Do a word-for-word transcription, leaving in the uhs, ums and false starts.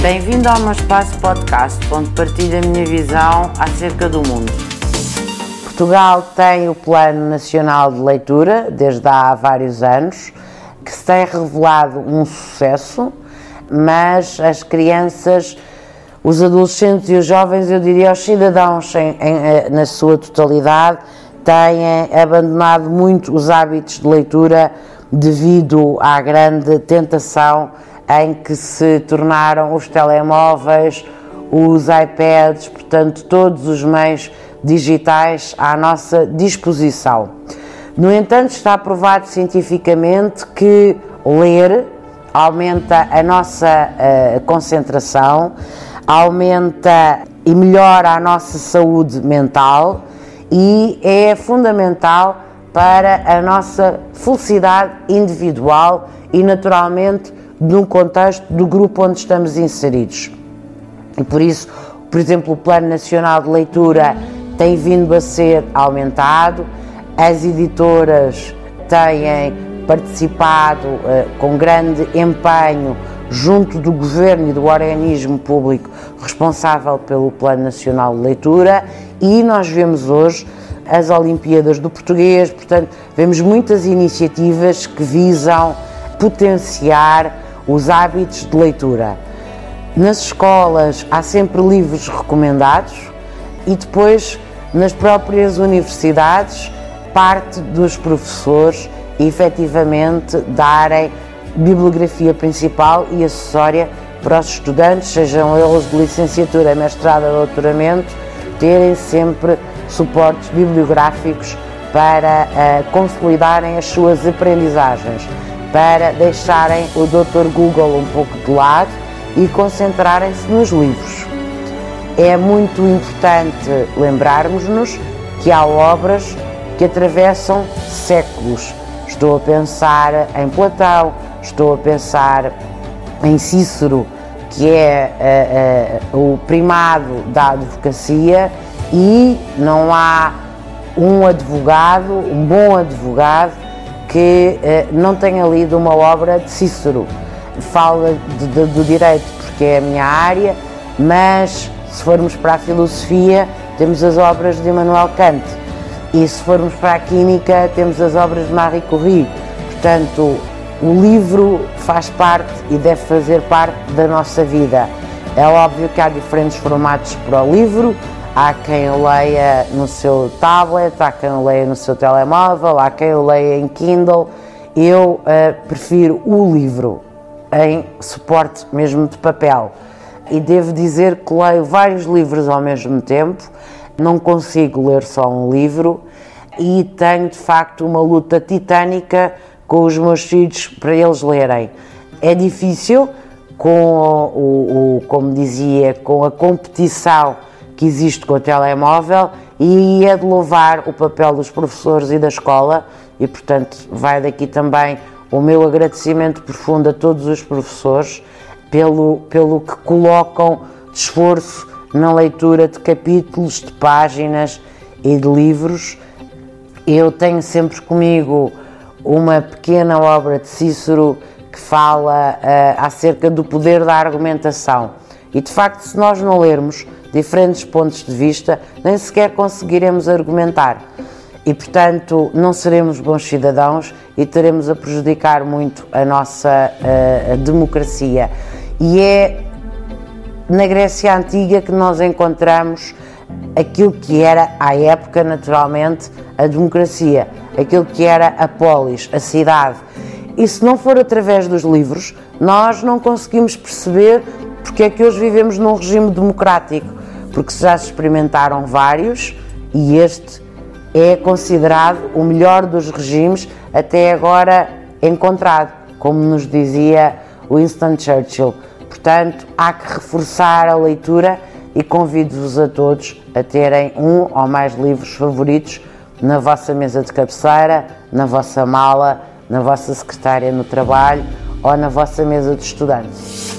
Bem-vindo ao meu espaço podcast, onde partilho a minha visão acerca do mundo. Portugal tem o Plano Nacional de Leitura, desde há vários anos, que se tem revelado um sucesso, mas as crianças, os adolescentes e os jovens, eu diria os cidadãos em, em, na sua totalidade, têm abandonado muito os hábitos de leitura devido à grande tentação em que se tornaram os telemóveis, os iPads, portanto todos os meios digitais à nossa disposição. No entanto, está provado cientificamente que ler aumenta a nossa uh, concentração, aumenta e melhora a nossa saúde mental e é fundamental para a nossa felicidade individual e, naturalmente, no contexto do grupo onde estamos inseridos. E por isso, por exemplo, o Plano Nacional de Leitura tem vindo a ser aumentado, as editoras têm participado uh, com grande empenho junto do Governo e do organismo público responsável pelo Plano Nacional de Leitura, e nós vemos hoje as Olimpíadas do Português, portanto, vemos muitas iniciativas que visam potenciar os hábitos de leitura. Nas escolas há sempre livros recomendados e depois nas próprias universidades parte dos professores efetivamente darem bibliografia principal e acessória para os estudantes, sejam eles de licenciatura, mestrado ou doutoramento, terem sempre suportes bibliográficos para uh, consolidarem as suas aprendizagens, para deixarem o doutor Google um pouco de lado e concentrarem-se nos livros. É muito importante lembrarmos-nos que há obras que atravessam séculos. Estou a pensar em Platão, estou a pensar em Cícero, que é uh, uh, o primado da advocacia, e não há um advogado, um bom advogado, que eh, não tenha lido uma obra de Cícero. Fala de, de, do direito porque é a minha área, mas se formos para a filosofia temos as obras de Immanuel Kant, e se formos para a química temos as obras de Marie Curie. Portanto, o livro faz parte e deve fazer parte da nossa vida. É óbvio que há diferentes formatos para o livro. Há quem o leia no seu tablet, há quem o leia no seu telemóvel, há quem o leia em Kindle. Eu uh, prefiro o livro em suporte mesmo de papel, e devo dizer que leio vários livros ao mesmo tempo, não consigo ler só um livro, e tenho de facto uma luta titânica com os meus filhos para eles lerem. É difícil, com o, o como dizia, com a competição que existe com o telemóvel, e é de louvar o papel dos professores e da escola, e portanto vai daqui também o meu agradecimento profundo a todos os professores pelo, pelo que colocam de esforço na leitura de capítulos, de páginas e de livros. Eu tenho sempre comigo uma pequena obra de Cícero que fala uh, acerca do poder da argumentação, e de facto, se nós não lermos diferentes pontos de vista, nem sequer conseguiremos argumentar e, portanto, não seremos bons cidadãos e teremos a prejudicar muito a nossa uh, a democracia. E é na Grécia Antiga que nós encontramos aquilo que era, à época, naturalmente, a democracia, aquilo que era a polis, a cidade. E se não for através dos livros, nós não conseguimos perceber porque é que hoje vivemos num regime democrático, porque já se experimentaram vários e este é considerado o melhor dos regimes até agora encontrado, como nos dizia Winston Churchill. Portanto, há que reforçar a leitura, e convido-vos a todos a terem um ou mais livros favoritos na vossa mesa de cabeceira, na vossa mala, na vossa secretária no trabalho ou na vossa mesa de estudantes.